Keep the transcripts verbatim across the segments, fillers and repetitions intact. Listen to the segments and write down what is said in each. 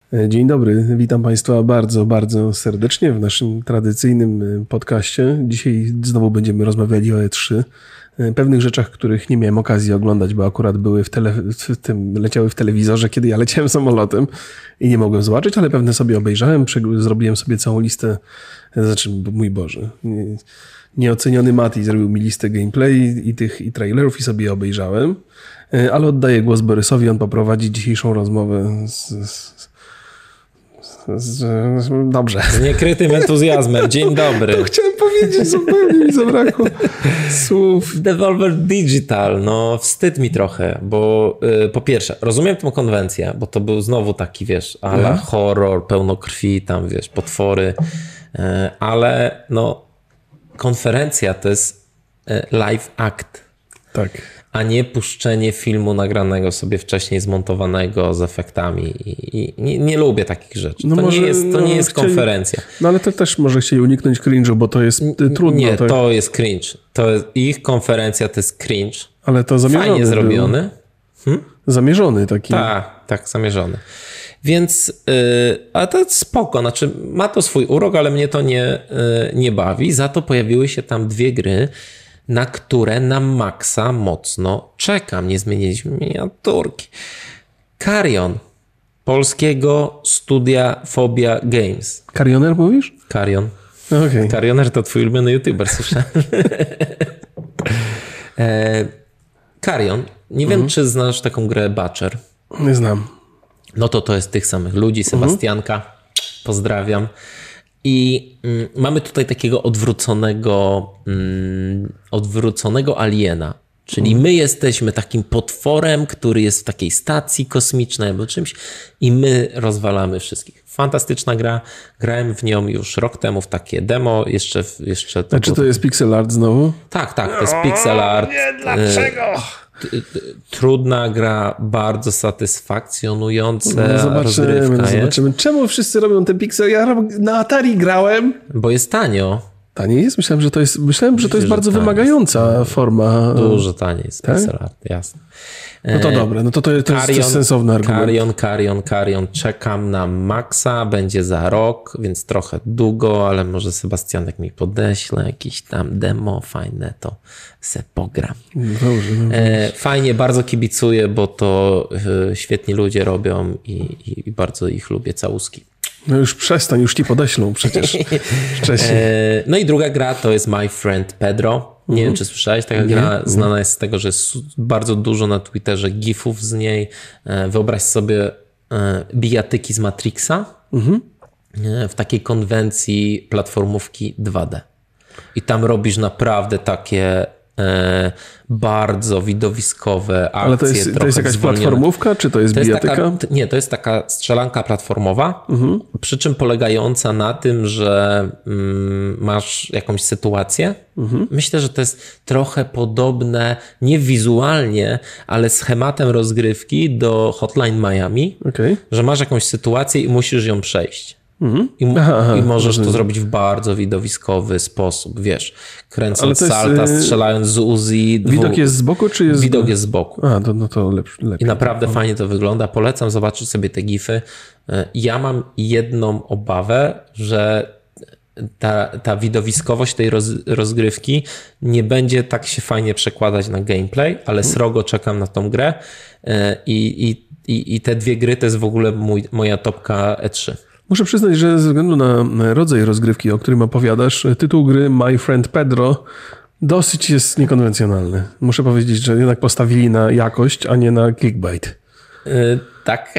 Dzień dobry, witam Państwa bardzo, bardzo serdecznie w naszym tradycyjnym podcaście. Dzisiaj znowu będziemy rozmawiali o E trzy. Pewnych rzeczach, których nie miałem okazji oglądać, bo akurat były w, tele, w tym, leciały w telewizorze, kiedy ja leciałem samolotem i nie mogłem zobaczyć, ale pewne sobie obejrzałem, zrobiłem sobie całą listę, znaczy mój Boże, nie, nieoceniony Mati zrobił mi listę gameplay i tych i trailerów i sobie obejrzałem, ale oddaję głos Borysowi, on poprowadzi dzisiejszą rozmowę z, z Z, dobrze. Z niekrytym entuzjazmem. Dzień dobry. To chciałem powiedzieć, zupełnie mi zabrakło słów. Devolver Digital, no wstyd mi trochę, bo y, po pierwsze, rozumiem tę konwencję, bo to był znowu taki, wiesz, a la horror, pełno krwi, tam wiesz, potwory, y, ale no konferencja to jest y, live act. Tak. A nie puszczenie filmu nagranego sobie wcześniej, zmontowanego z efektami. I, i nie, nie lubię takich rzeczy. No to może, nie jest, to no, nie jest chcieli, konferencja. No ale to też może chcieli uniknąć cringe'u, bo to jest trudno. Nie, to, to jest cringe. To jest, ich konferencja to jest cringe. Ale to zamierzony. Fajnie zrobiony. Hmm? Zamierzony taki. Tak, tak, zamierzony. Więc, yy, ale to jest spoko. Znaczy, ma to swój urok, ale mnie to nie, yy, nie bawi. Za to pojawiły się tam dwie gry, na które na maksa mocno czekam. Nie zmieniliśmy miniaturki. Carrion, polskiego studia Phobia Games. Carrioner mówisz? Carrion. Okay. Carrioner to twój ulubiony youtuber, słyszałem. e, Carrion. Nie mhm. wiem, czy znasz taką grę Butcher. Nie znam. No to to jest tych samych ludzi. Sebastianka. Mhm. Pozdrawiam. I mm, mamy tutaj takiego odwróconego, mm, odwróconego aliena. Czyli my jesteśmy takim potworem, który jest w takiej stacji kosmicznej albo czymś i my rozwalamy wszystkich. Fantastyczna gra. Grałem w nią już rok temu w takie demo. Jeszcze, jeszcze to A czy to takie... jest pixel art znowu? Tak, tak, to jest pixel art. Nie, dlaczego? Trudna gra, bardzo satysfakcjonująca no zobaczymy, rozgrywka no zobaczymy. Czemu wszyscy robią te piksele? Ja na Atari grałem. Bo jest tanio. Taniej jest? Myślałem, że to jest, myślałem, że to jest bardzo wymagająca forma. Dużo taniej jest pixel art, jasne. No to dobre, no to to, to, Carrion, jest sensowny argument. Carrion, Carrion, Carrion. Czekam na maksa, będzie za rok, więc trochę długo, ale może Sebastianek mi podeśle jakieś tam demo fajne, to se pogram. Dobrze, dobrze. E, fajnie, bardzo kibicuję, bo to e, świetni ludzie robią i, i bardzo ich lubię, całuski. No już przestań, już ci podeślą przecież wcześniej. E, no i druga gra to jest My Friend Pedro. Nie mhm. wiem, czy słyszałeś, taka nie, gra nie. znana jest z tego, że jest bardzo dużo na Twitterze gifów z niej. Wyobraź sobie bijatyki z Matrixa mhm. w takiej konwencji platformówki dwa D. I tam robisz naprawdę takie e, bardzo widowiskowe akcje. Ale to jest, to jest jakaś zwolnione. platformówka, czy to jest to bijatyka? Jest taka, nie, to jest taka strzelanka platformowa, mhm. przy czym polegająca na tym, że mm, masz jakąś sytuację. Mhm. Myślę, że to jest trochę podobne, nie wizualnie, ale schematem rozgrywki do Hotline Miami, okay. że masz jakąś sytuację i musisz ją przejść. Mhm. I, aha, aha, i możesz rozumiem. to zrobić w bardzo widowiskowy sposób, wiesz, kręcąc jest, salta, strzelając z Uzi. Widok dwu... jest z boku, czy jest... Widok jest z boku. A, to, no to lepszy, lepiej. I naprawdę fajnie to wygląda. Polecam zobaczyć sobie te gify. Ja mam jedną obawę, że ta, ta widowiskowość tej roz, rozgrywki nie będzie tak się fajnie przekładać na gameplay, ale srogo czekam na tą grę i, i, i, i te dwie gry to jest w ogóle mój, moja topka E trzy. Muszę przyznać, że ze względu na rodzaj rozgrywki, o którym opowiadasz, tytuł gry My Friend Pedro dosyć jest niekonwencjonalny. Muszę powiedzieć, że jednak postawili na jakość, a nie na clickbait. Yy, tak.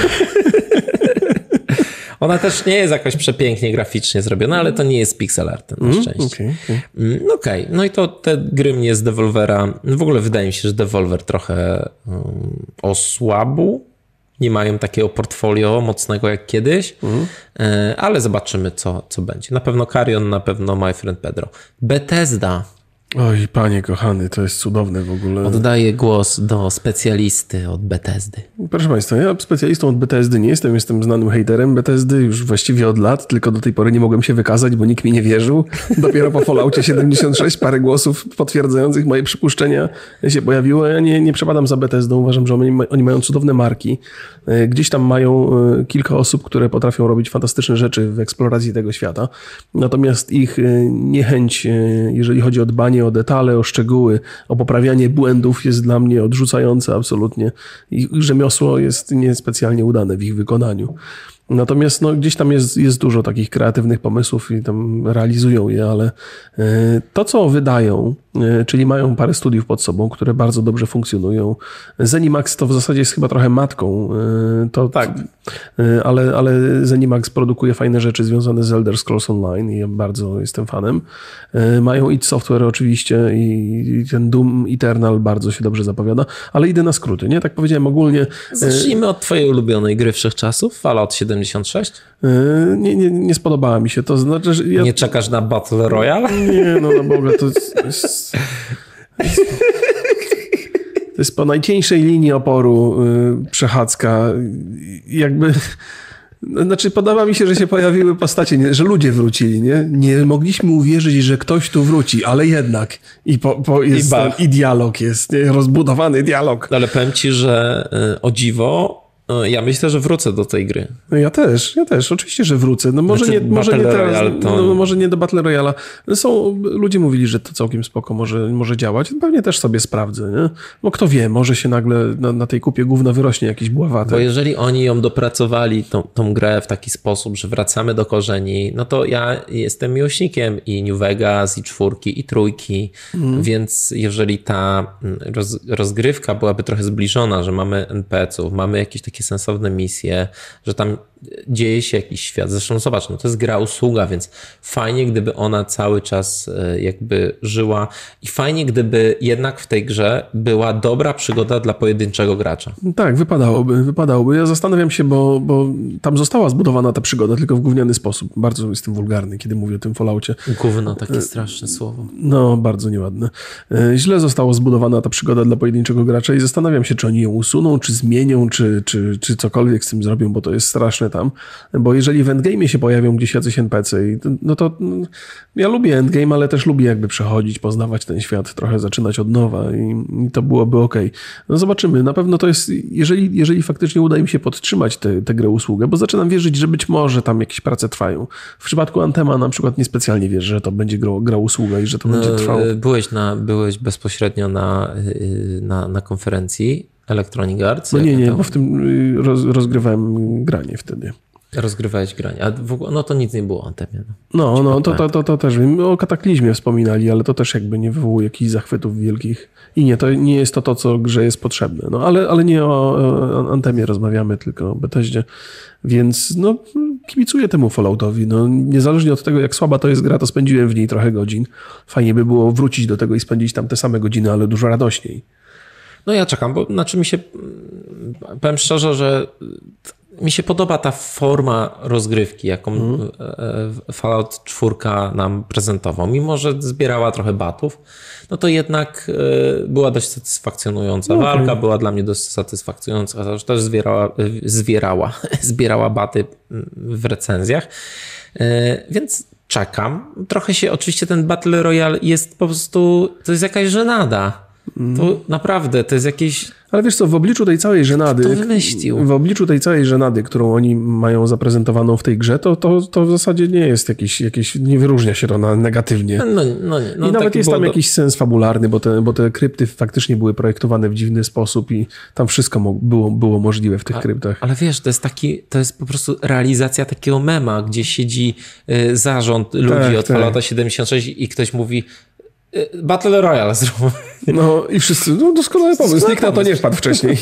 Ona też nie jest jakoś przepięknie graficznie zrobiona, ale to nie jest pixel art na szczęście. Mm, Okej, okay, okay. okay. No i to te gry mnie z Devolvera, w ogóle wydaje mi się, że Devolver trochę um, osłabł. Nie mają takiego portfolio mocnego jak kiedyś, mhm. ale zobaczymy, co, co będzie. Na pewno Carrion, na pewno My Friend Pedro. Bethesda. Oj, panie kochany, to jest cudowne w ogóle. Oddaję głos do specjalisty od Bethesdy. Proszę Państwa, ja specjalistą od Bethesdy nie jestem, jestem znanym hejterem Bethesdy już właściwie od lat, tylko do tej pory nie mogłem się wykazać, bo nikt mi nie wierzył. Dopiero po Falloutie siedemdziesiąt sześć parę głosów potwierdzających moje przypuszczenia się pojawiło. Ja nie, nie przepadam za Bethesdą, uważam, że oni, oni mają cudowne marki. Gdzieś tam mają kilka osób, które potrafią robić fantastyczne rzeczy w eksploracji tego świata. Natomiast ich niechęć, jeżeli chodzi o dbanie o detale, o szczegóły, o poprawianie błędów jest dla mnie odrzucające absolutnie. Ich rzemiosło jest niespecjalnie udane w ich wykonaniu. Natomiast no, gdzieś tam jest, jest dużo takich kreatywnych pomysłów i tam realizują je, ale to, co wydają, czyli mają parę studiów pod sobą, które bardzo dobrze funkcjonują. Zenimax to w zasadzie jest chyba trochę matką, to, tak. ale, ale Zenimax produkuje fajne rzeczy związane z Elder Scrolls Online i ja bardzo jestem fanem. Mają id Software oczywiście i ten Doom Eternal bardzo się dobrze zapowiada, ale idę na skróty, nie? Tak powiedziałem ogólnie. Zacznijmy od twojej ulubionej gry wszechczasów, Fallout siedemdziesiąt sześć? Nie, nie, nie spodobała mi się. To znaczy, że ja... Nie czekasz na Battle Royale? Nie, no na Boga, to jest... jest... To jest po najcieńszej linii oporu yy, przechadzka. Jakby... Znaczy, podoba mi się, że się pojawiły postacie, nie, że ludzie wrócili, nie? Nie mogliśmy uwierzyć, że ktoś tu wróci, ale jednak. I, po, po jest I, ten, i dialog jest, nie? Rozbudowany dialog. Ale powiem ci, że yy, o dziwo, ja myślę, że wrócę do tej gry. No ja też, ja też. Oczywiście, że wrócę. No może, znaczy, nie, może nie teraz, to... no, może nie do Battle Royale'a. Są, ludzie mówili, że to całkiem spoko może, może działać. Pewnie też sobie sprawdzę, nie? No kto wie, może się nagle na, na tej kupie gówna wyrośnie jakiś bławatek. Bo jeżeli oni ją dopracowali, tą, tą grę w taki sposób, że wracamy do korzeni, no to ja jestem miłośnikiem i New Vegas, i czwórki, i trójki, mm. więc jeżeli ta roz, rozgrywka byłaby trochę zbliżona, że mamy en pe ce ów, mamy jakieś takie sensowne misje, że tam dzieje się jakiś świat. Zresztą zobacz, no to jest gra usługa, więc fajnie, gdyby ona cały czas jakby żyła i fajnie, gdyby jednak w tej grze była dobra przygoda dla pojedynczego gracza. Tak, wypadałoby, wypadałoby. Ja zastanawiam się, bo, bo tam została zbudowana ta przygoda, tylko w gówniany sposób. Bardzo jestem wulgarny, kiedy mówię o tym Falloutie. Gówno, takie straszne słowo. No, bardzo nieładne. Źle została zbudowana ta przygoda dla pojedynczego gracza i zastanawiam się, czy oni ją usuną, czy zmienią, czy, czy, czy cokolwiek z tym zrobią, bo to jest straszne tam. Bo jeżeli w endgame'ie się pojawią gdzieś jacyś en pe ce, no to no, ja lubię endgame, ale też lubię jakby przechodzić, poznawać ten świat, trochę zaczynać od nowa i, i to byłoby okej. Okay. No zobaczymy. Na pewno to jest, jeżeli, jeżeli faktycznie uda im się podtrzymać tę grę usługę, bo zaczynam wierzyć, że być może tam jakieś prace trwają. W przypadku Anthema na przykład niespecjalnie wierzę, że to będzie gra, gra usługa i że to no, będzie trwało. Byłeś, na, byłeś bezpośrednio na, na, na konferencji Electronic Arts? No nie, nie, bo w tym roz, rozgrywałem granie wtedy. Rozgrywałeś granie, a w ogóle, no to nic nie było o Anthemie. No, no, no to, to, to, to też wiem. O Kataklizmie wspominali, ale to też jakby nie wywołuje jakichś zachwytów wielkich. I nie, to nie jest to to, co grze jest potrzebne. No, ale, ale nie o, o Anthemie rozmawiamy, tylko o Bethesdzie. Więc no, kibicuję temu Falloutowi. No, niezależnie od tego, jak słaba to jest gra, to spędziłem w niej trochę godzin. Fajnie by było wrócić do tego i spędzić tam te same godziny, ale dużo radośniej. No ja czekam, bo znaczy mi się, powiem szczerze, że mi się podoba ta forma rozgrywki, jaką mm. Fallout cztery nam prezentował. Mimo że zbierała trochę batów, no to jednak była dość satysfakcjonująca. No, Walka okay. była dla mnie dość satysfakcjonująca, że też zbierała, zwierała, zbierała baty w recenzjach. Więc czekam. Trochę się, oczywiście ten Battle Royale jest po prostu, to jest jakaś żenada. To naprawdę, to jest jakieś... Ale wiesz co, w obliczu tej całej żenady... Kto wymyślił? W obliczu tej całej żenady, którą oni mają zaprezentowaną w tej grze, to, to, to w zasadzie nie jest jakiś, jakiś... Nie wyróżnia się to na negatywnie. No, no, no, I nawet jest tam jakiś sens fabularny, bo te, bo te krypty faktycznie były projektowane w dziwny sposób i tam wszystko było, było możliwe w tych A, kryptach. Ale wiesz, to jest taki, to jest po prostu realizacja takiego mema, gdzie siedzi y, zarząd ludzi tak, od tak. Fallouta siedemdziesiąt sześć i ktoś mówi Battle Royale zrób. No i wszyscy, no doskonały pomysł, nikt na to nie wpadł wcześniej.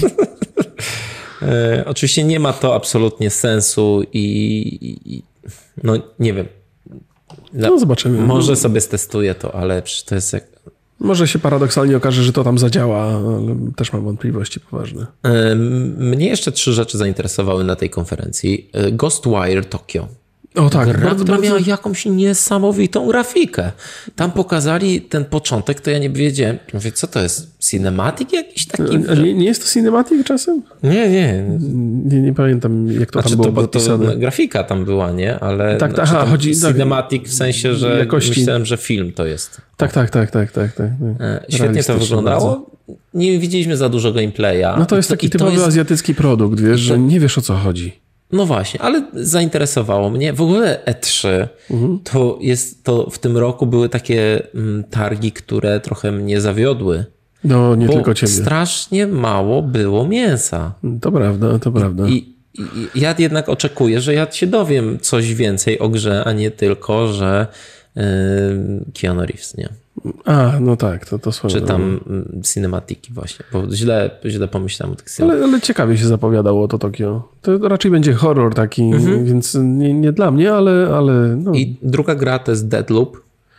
e, oczywiście nie ma to absolutnie sensu i, i no nie wiem. No zobaczymy. Może sobie stestuję to, ale to jest jak... Może się paradoksalnie okaże, że to tam zadziała, ale też mam wątpliwości poważne. E, mnie jeszcze trzy rzeczy zainteresowały na tej konferencji. Ghostwire Tokyo. O tak, gra, bardzo, która bardzo... miała jakąś niesamowitą grafikę. Tam pokazali ten początek, to ja nie wiedziałem. Mówię, co to jest? Cinematic jakiś taki? A nie, nie jest to cinematic czasem? Nie, nie. Nie, nie pamiętam, jak to znaczy, tam było to, podpisane. To, grafika tam była, nie? Ale tak, znaczy, aha, chodzi, cinematic w sensie, że jakości... myślałem, że film to jest. Tak, tak, tak, tak, tak, tak. Świetnie to wyglądało. Bardzo. Nie widzieliśmy za dużo gameplaya. No to jest taki typowy jest... azjatycki produkt, wiesz, to... że nie wiesz, o co chodzi. No właśnie, ale zainteresowało mnie. W ogóle E trzy mhm. to jest, to w tym roku były takie mm, targi, które trochę mnie zawiodły. No, nie bo tylko ciebie. Strasznie mało było mięsa. To prawda, to prawda. I, i, i ja jednak oczekuję, że ja się dowiem coś więcej o grze, a nie tylko, że yy, Keanu Reeves, nie? A, no tak, to, to swoje. Czy tam cinematiki właśnie, bo źle, źle pomyślałem o tych ale, ale ciekawie się zapowiadało to Tokio. To raczej będzie horror taki, mhm. więc nie, nie dla mnie, ale... ale no. I druga gra to jest Deathloop.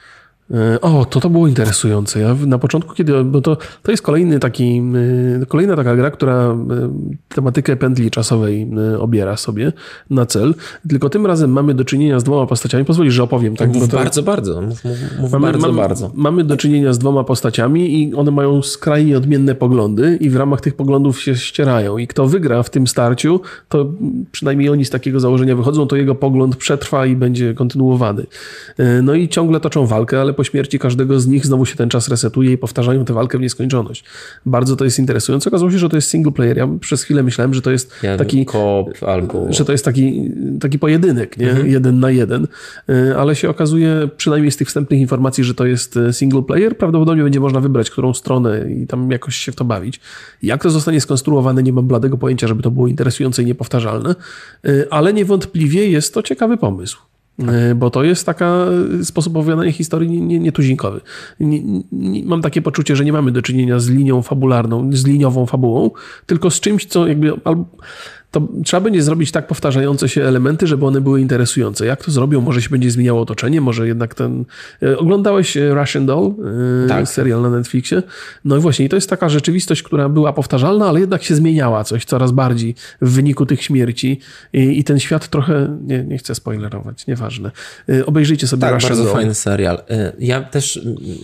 O, to to było interesujące. Ja na początku, kiedy, bo to, to jest kolejny taki, kolejna taka gra, która tematykę pętli czasowej obiera sobie na cel, tylko tym razem mamy do czynienia z dwoma postaciami. Pozwolisz, że opowiem. Tak? Mów to, bardzo, bardzo. Mów, mów, mów mamy, bardzo, mamy, bardzo. Mamy do czynienia z dwoma postaciami i one mają skrajnie odmienne poglądy i w ramach tych poglądów się ścierają. I kto wygra w tym starciu, to przynajmniej oni z takiego założenia wychodzą, to jego pogląd przetrwa i będzie kontynuowany. No i ciągle toczą walkę, ale po śmierci każdego z nich znowu się ten czas resetuje i powtarzają tę walkę w nieskończoność. Bardzo to jest interesujące. Okazało się, że to jest single player. Ja przez chwilę myślałem, że to jest ja taki koop albo... że to jest taki, taki pojedynek, nie? Mhm. Jeden na jeden. Ale się okazuje, przynajmniej z tych wstępnych informacji, że to jest single player. Prawdopodobnie będzie można wybrać, którą stronę i tam jakoś się w to bawić. Jak to zostanie skonstruowane, nie mam bladego pojęcia, żeby to było interesujące i niepowtarzalne, ale niewątpliwie jest to ciekawy pomysł. Bo to jest taka sposób opowiadania historii nietuzinkowy. Nie, nie, nie, mam takie poczucie, że nie mamy do czynienia z linią fabularną, z liniową fabułą, tylko z czymś, co jakby... Albo, to trzeba będzie zrobić tak powtarzające się elementy, żeby one były interesujące. Jak to zrobią? Może się będzie zmieniało otoczenie, może jednak ten... Oglądałeś Russian Doll? Tak. Serial na Netflixie? No i właśnie, i to jest taka rzeczywistość, która była powtarzalna, ale jednak się zmieniała coś coraz bardziej w wyniku tych śmierci i, i ten świat trochę... Nie, nie chcę spoilerować, nieważne. Obejrzyjcie sobie tak, Russian bardzo Doll. Fajny serial. Ja też...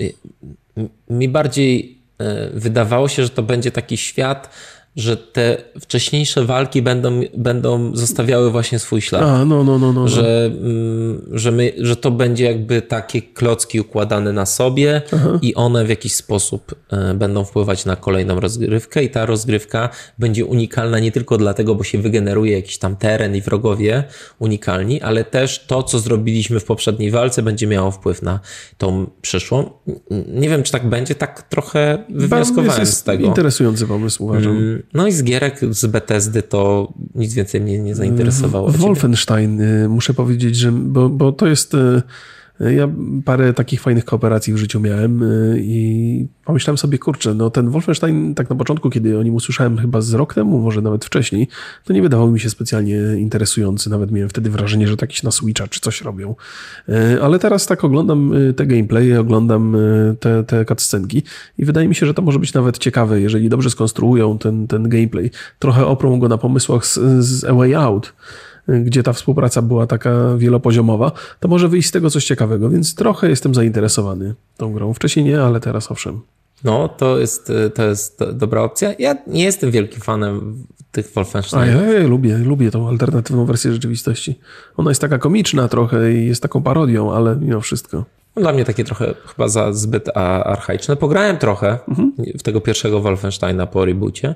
Mi bardziej wydawało się, że to będzie taki świat, że te wcześniejsze walki będą, będą zostawiały właśnie swój ślad. A, no, no, no, no. Że, że, my, że to będzie jakby takie klocki układane na sobie. Aha. I one w jakiś sposób będą wpływać na kolejną rozgrywkę i ta rozgrywka będzie unikalna nie tylko dlatego, bo się wygeneruje jakiś tam teren i wrogowie unikalni, ale też to, co zrobiliśmy w poprzedniej walce, będzie miało wpływ na tą przyszłą. Nie wiem, czy tak będzie, tak trochę wywnioskowałem jest, jest z tego. Interesujący pomysł, uważam. No i z gierek z Bethesdy to nic więcej mnie nie zainteresowało. Wolfenstein, muszę powiedzieć, że bo, bo to jest... Ja parę takich fajnych kooperacji w życiu miałem i pomyślałem sobie, kurczę, no ten Wolfenstein tak na początku, kiedy o nim usłyszałem chyba z rok temu, może nawet wcześniej, to nie wydawał mi się specjalnie interesujący. Nawet miałem wtedy wrażenie, że takiś na Switcha czy coś robią. Ale teraz tak oglądam te gameplaye, oglądam te, te cutscenki i wydaje mi się, że to może być nawet ciekawe, jeżeli dobrze skonstruują ten, ten gameplay. Trochę oprą go na pomysłach z, z A Way Out, gdzie ta współpraca była taka wielopoziomowa, to może wyjść z tego coś ciekawego, więc trochę jestem zainteresowany tą grą. Wcześniej nie, ale teraz owszem. No, to jest, to jest dobra opcja. Ja nie jestem wielkim fanem tych Wolfenstein. A ja, ja lubię, lubię tą alternatywną wersję rzeczywistości. Ona jest taka komiczna trochę i jest taką parodią, ale mimo wszystko. Dla mnie takie trochę chyba za zbyt archaiczne. Pograłem trochę mhm. w tego pierwszego Wolfensteina po reboocie.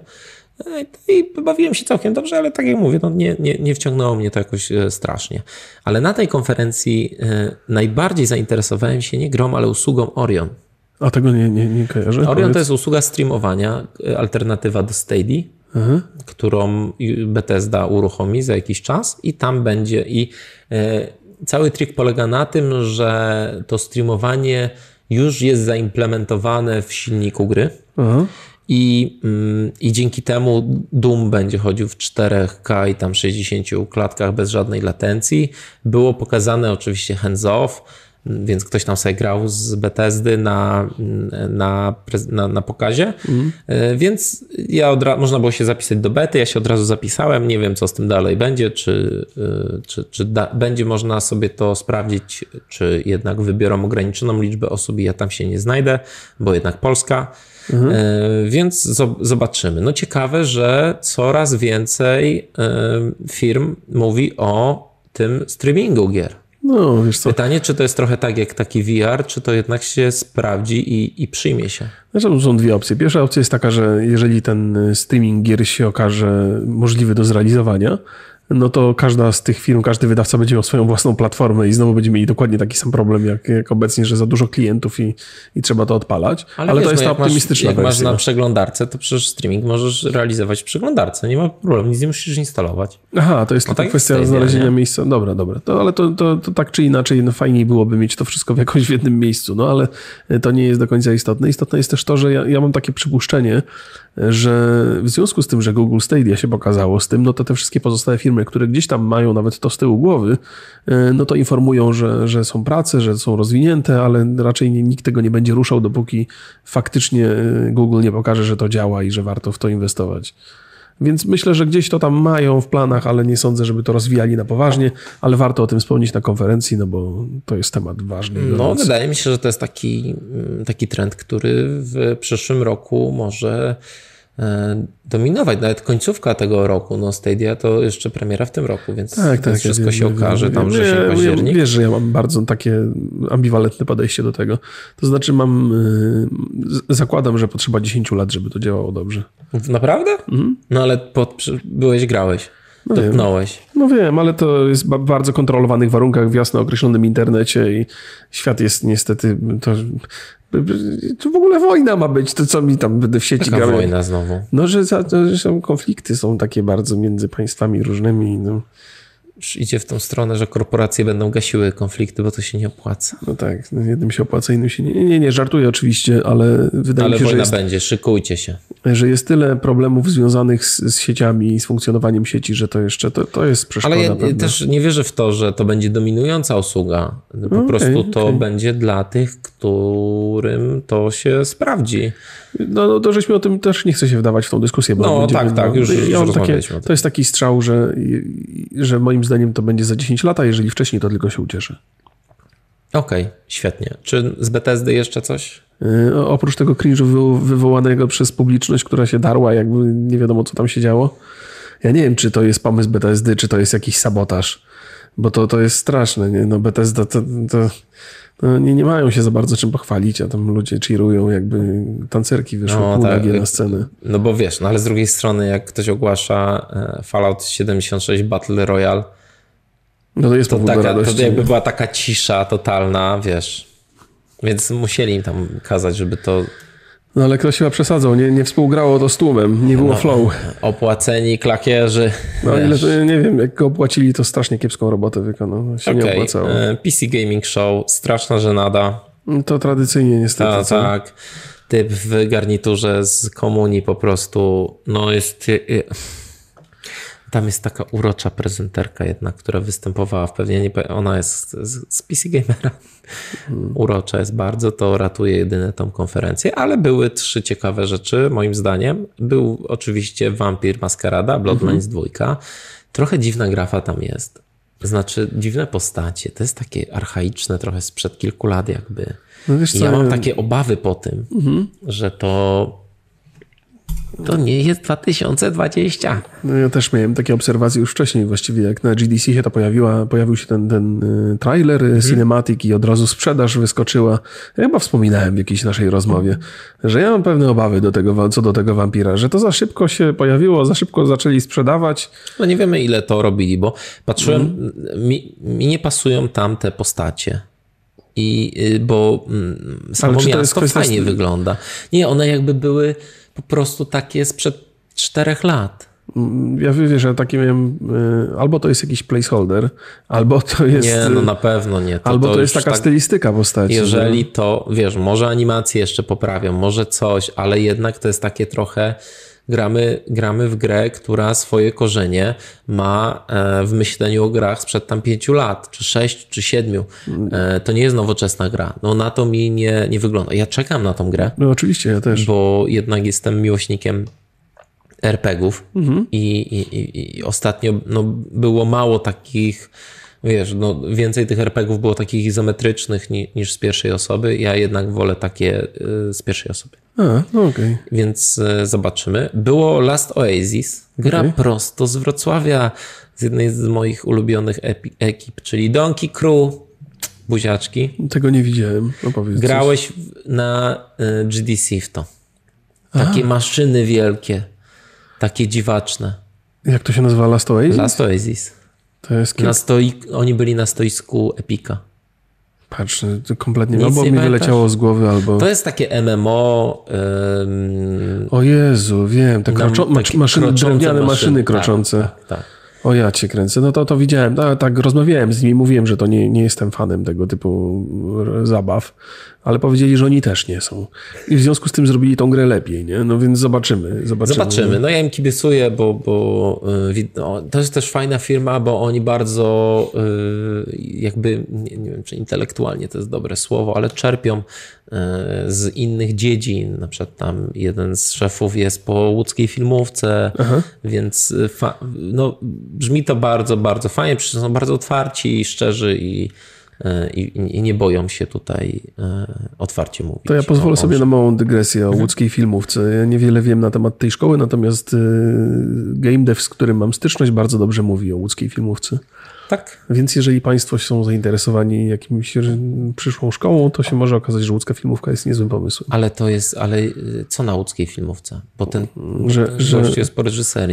I bawiłem się całkiem dobrze, ale tak jak mówię, no nie, nie, nie wciągnęło mnie to jakoś strasznie. Ale na tej konferencji najbardziej zainteresowałem się nie grą, ale usługą Orion. A tego nie, nie, nie kojarzę. Orion powiedz. To jest usługa streamowania, alternatywa do Stadia, mhm. którą Bethesda uruchomi za jakiś czas i tam będzie i cały trik polega na tym, że to streamowanie już jest zaimplementowane w silniku gry. Mhm. I, I dzięki temu Doom będzie chodził w cztery K i tam sześćdziesięciu klatkach bez żadnej latencji. Było pokazane oczywiście hands-off, więc ktoś tam sobie grał z Bethesdy na, na, na, na pokazie, mm. więc ja od razu, można było się zapisać do bety, ja się od razu zapisałem, nie wiem co z tym dalej będzie, czy, czy, czy da, będzie można sobie to sprawdzić, czy jednak wybiorą ograniczoną liczbę osób i ja tam się nie znajdę, bo jednak Polska. Mhm. Więc zobaczymy. No ciekawe, że coraz więcej firm mówi o tym streamingu gier. No, wiesz co? Pytanie, czy to jest trochę tak jak taki V R, czy to jednak się sprawdzi i, i przyjmie się? Znaczy, są dwie opcje. Pierwsza opcja jest taka, że jeżeli ten streaming gier się okaże możliwy do zrealizowania, no to każda z tych firm, każdy wydawca będzie miał swoją własną platformę i znowu będziemy mieli dokładnie taki sam problem jak, jak obecnie, że za dużo klientów i, i trzeba to odpalać. Ale, Ale wiesz, to jest no, ta optymistyczna masz, jak wersja. masz na przeglądarce, to przecież streaming możesz realizować w przeglądarce. Nie ma problemu, nic nie musisz instalować. Aha, to jest no tylko tak kwestia znalezienia nie? miejsca. Dobra, dobra. To, ale to, to, to tak czy inaczej no fajniej byłoby mieć to wszystko w jakoś w jednym miejscu, no ale to nie jest do końca istotne. Istotne jest też to, że ja, ja mam takie przypuszczenie, że w związku z tym, że Google Stadia się pokazało z tym, no to te wszystkie pozostałe firmy, które gdzieś tam mają nawet to z tyłu głowy, no to informują, że, że są prace, że są rozwinięte, ale raczej nikt tego nie będzie ruszał, dopóki faktycznie Google nie pokaże, że to działa i że warto w to inwestować. Więc myślę, że gdzieś to tam mają w planach, ale nie sądzę, żeby to rozwijali na poważnie, ale warto o tym wspomnieć na konferencji, no bo to jest temat ważny. No, wydaje mi się, że to jest taki, taki trend, który w przyszłym roku może dominować. Nawet końcówka tego roku, no Stadia to jeszcze premiera w tym roku, więc, tak, więc tak, wszystko ja, się ja, okaże ja, tam, że się październik. Wiesz, że ja mam bardzo takie ambiwalentne podejście do tego. To znaczy mam, zakładam, że potrzeba dziesięć lat, żeby to działało dobrze. Naprawdę? Mhm. No ale pod, byłeś, grałeś. No Dopnąłeś. Wiem. No wiem, ale to jest w bardzo kontrolowanych warunkach, w jasno określonym internecie i świat jest niestety... To, to w ogóle wojna ma być, to co mi tam będę w sieci grał. Jaka wojna znowu? No, że, za, że są konflikty, są takie bardzo między państwami różnymi. No. Już idzie w tą stronę, że korporacje będą gasiły konflikty, bo to się nie opłaca. No tak, no jednym się opłaca, innym się nie. Nie, nie, nie żartuję oczywiście, ale wydaje ale mi się, wojna że jest, będzie, szykujcie się. Że jest tyle problemów związanych z, z sieciami i z funkcjonowaniem sieci, że to jeszcze to, to jest przeszkoda. Ale ja pewna. też nie wierzę w to, że to będzie dominująca usługa. Po okay, prostu to okay. będzie dla tych, którym to się sprawdzi. No, no to żeśmy o tym też nie chcę się wdawać w tą dyskusję. Bo no tak, tak, już, już ja takie, to jest taki strzał, że, że moim zdaniem to będzie za dziesięć lat, a jeżeli wcześniej, to tylko się ucieszy. Okej, okay, świetnie. Czy z Bethesdy jeszcze coś? Yy, oprócz tego cringe'u wywołanego przez publiczność, która się darła, jakby nie wiadomo, co tam się działo. Ja nie wiem, czy to jest pomysł Bethesdy, czy to jest jakiś sabotaż, bo to, to jest straszne. Nie? No Bethesda to... to... No, nie, nie mają się za bardzo czym pochwalić, a tam ludzie cheerują, jakby tancerki wyszły no, pół tak, na scenę. No bo wiesz, no ale z drugiej strony jak ktoś ogłasza Fallout siedemdziesiąt sześć Battle Royale, no to jest to, taka, to jakby była taka cisza totalna, wiesz, więc musieli im tam kazać, żeby to... No ale ktoś chyba przesadzał, nie, nie współgrało to z tłumem, nie było no, flow. Opłaceni klakierzy. No ile to, nie wiem, jak go opłacili, to strasznie kiepską robotę wykonał, się okay. nie opłacało. P C Gaming Show, straszna żenada. To tradycyjnie niestety. Ta, tak, typ w garniturze z komunii po prostu, no jest... Tam jest taka urocza prezenterka jedna, która występowała w pewnie, nie, ona jest z, z P C Gamera. Hmm. Urocza jest bardzo, to ratuje jedynie tą konferencję, ale były trzy ciekawe rzeczy moim zdaniem. Był oczywiście Vampire Masquerada, Bloodlines hmm. dwa. Trochę dziwna grafa tam jest. Znaczy dziwne postacie. To jest takie archaiczne trochę sprzed kilku lat jakby. No wiesz co, I ja mam takie obawy po tym, hmm. że to... To nie jest dwa tysiące dwudziesty. No ja też miałem takie obserwacje już wcześniej właściwie, jak na G D C się to pojawiła, pojawił się ten, ten trailer mhm. cinematic i od razu sprzedaż wyskoczyła. Ja chyba wspominałem w jakiejś naszej rozmowie, że ja mam pewne obawy do tego, co do tego wampira, że to za szybko się pojawiło, za szybko zaczęli sprzedawać. No nie wiemy ile to robili, bo patrzyłem, mhm. mi, mi nie pasują tam te postacie. I, bo samo miasto fajnie st- wygląda. Nie, one jakby były po prostu takie sprzed czterech lat. Ja wiesz, że takie miałem, albo to jest jakiś placeholder, albo to jest... Nie, no na pewno nie. To, albo to, to jest taka tak, stylistyka postaci. Jeżeli to, wiesz, może animacje jeszcze poprawią, może coś, ale jednak to jest takie trochę gramy, gramy w grę, która swoje korzenie ma w myśleniu o grach sprzed tam pięciu lat, czy sześć, czy siedmiu. To nie jest nowoczesna gra. No na to mi nie, nie wygląda. Ja czekam na tą grę. No oczywiście, ja też. Bo jednak jestem miłośnikiem er pe gie ów mhm. I, i, i ostatnio no, było mało takich, wiesz, no, więcej tych er pe gie ów było takich izometrycznych ni, niż z pierwszej osoby. Ja jednak wolę takie y, z pierwszej osoby. A, no okej. Okay. Więc y, zobaczymy. Było Last Oasis, gra okay. prosto z Wrocławia, z jednej z moich ulubionych epi, ekip, czyli Donkey Crew, buziaczki. Tego nie widziałem. Opowiedz Grałeś coś. Na y, G D C w to. Takie A. maszyny wielkie. Takie dziwaczne. Jak to się nazywa? Last Oasis? Last Oasis. To jest na stoi... Oni byli na stoisku Epika. Patrz, to kompletnie Nic albo mi pamiętasz? Wyleciało z głowy, albo... To jest takie M M O. Um... O Jezu, wiem. Te kroczo... maszyny, drewniane maszyny kroczące. Tak, tak, tak. O ja cię kręcę. No to, to widziałem. No, tak rozmawiałem z nimi, mówiłem, że to nie, nie jestem fanem tego typu zabaw, ale powiedzieli, że oni też nie są. I w związku z tym zrobili tą grę lepiej, nie? No więc zobaczymy. Zobaczymy. Zobaczymy. No ja im kibicuję, bo, bo no, to jest też fajna firma, bo oni bardzo jakby, nie, nie wiem, czy intelektualnie to jest dobre słowo, ale czerpią z innych dziedzin. Na przykład tam jeden z szefów jest po łódzkiej filmówce, Aha. więc fa- no, brzmi to bardzo, bardzo fajnie. Przecież są bardzo otwarci i szczerzy i, i, i nie boją się tutaj otwarcie mówić. To ja pozwolę sobie na małą dygresję o łódzkiej filmówce. Ja niewiele wiem na temat tej szkoły, natomiast game dev, z którym mam styczność, bardzo dobrze mówi o łódzkiej filmówce. Tak. Więc jeżeli Państwo są zainteresowani jakimś przyszłą szkołą, to się może okazać, że łódzka filmówka jest niezłym pomysłem. Ale to jest, ale co na łódzkiej filmówce? Bo ten, że, ten że, gość jest po reżyserii.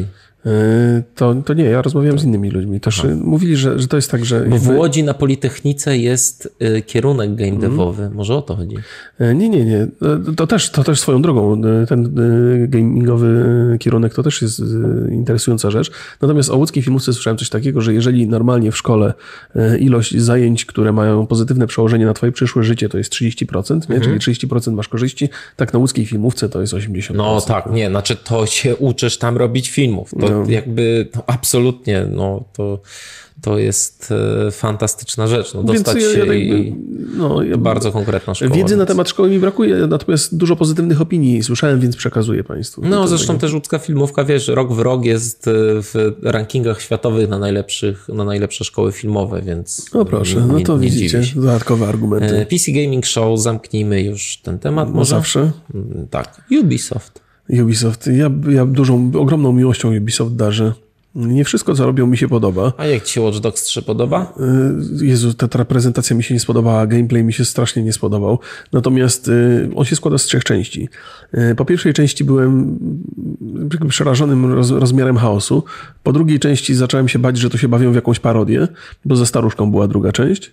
To, to nie, ja rozmawiałem to... z innymi ludźmi. Też Aha. mówili, że, że to jest tak, że... Bo w Łodzi na Politechnice jest kierunek game devowy. Mm. Może o to chodzi? Nie, nie, nie. To też, to też swoją drogą. Ten gamingowy kierunek to też jest interesująca rzecz. Natomiast o łódzkiej filmówce słyszałem coś takiego, że jeżeli normalnie w szkole ilość zajęć, które mają pozytywne przełożenie na twoje przyszłe życie, to jest trzydzieści procent, nie? Mm. czyli trzydzieści procent masz korzyści, tak na łódzkiej filmówce to jest osiemdziesiąt procent. No tak, nie, znaczy to się uczysz tam robić filmów. To no. jakby no, absolutnie, no to, to jest e, fantastyczna rzecz. No, dostać ja, się ja jakby, i no, ja, bardzo konkretna szkoła. Wiedzy więc... na temat szkoły mi brakuje, natomiast dużo pozytywnych opinii słyszałem, więc przekazuję Państwu. No zresztą tego. Też łódzka filmówka, wiesz, rok w rok jest w rankingach światowych na najlepszych, na najlepsze szkoły filmowe, więc no proszę, nie, no to nie widzicie, dodatkowe argumenty. P C Gaming Show, zamknijmy już ten temat. No może? Zawsze. Tak, Ubisoft. Ubisoft. Ja, ja dużą, ogromną miłością Ubisoft darzę. Nie wszystko, co robią, mi się podoba. A jak ci się Watch Dogs trzy podoba? Jezu, ta, ta prezentacja mi się nie spodobała, gameplay mi się strasznie nie spodobał. Natomiast on się składa z trzech części. Po pierwszej części byłem przerażonym roz, rozmiarem chaosu. Po drugiej części zacząłem się bać, że to się bawią w jakąś parodię, bo za staruszką była druga część.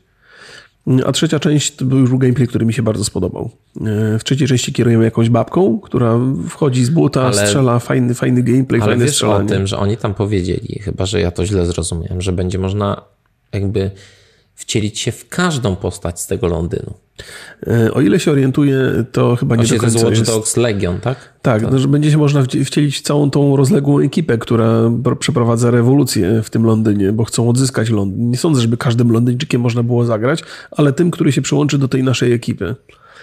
A trzecia część to był już gameplay, który mi się bardzo spodobał. W trzeciej części kierujemy jakąś babką, która wchodzi z buta, ale, strzela, fajny, fajny gameplay, ale fajne wiesz strzelanie. O tym, że oni tam powiedzieli, chyba że ja to źle zrozumiałem, że będzie można jakby wcielić się w każdą postać z tego Londynu. O ile się orientuję, to chyba nie do końca to jest jest... Watch Dogs Legion, tak? Tak, to... no, że będzie się można wcielić w całą tą rozległą ekipę, która przeprowadza rewolucję w tym Londynie, bo chcą odzyskać Londyn. Nie sądzę, żeby każdym Londyńczykiem można było zagrać, ale tym, który się przyłączy do tej naszej ekipy.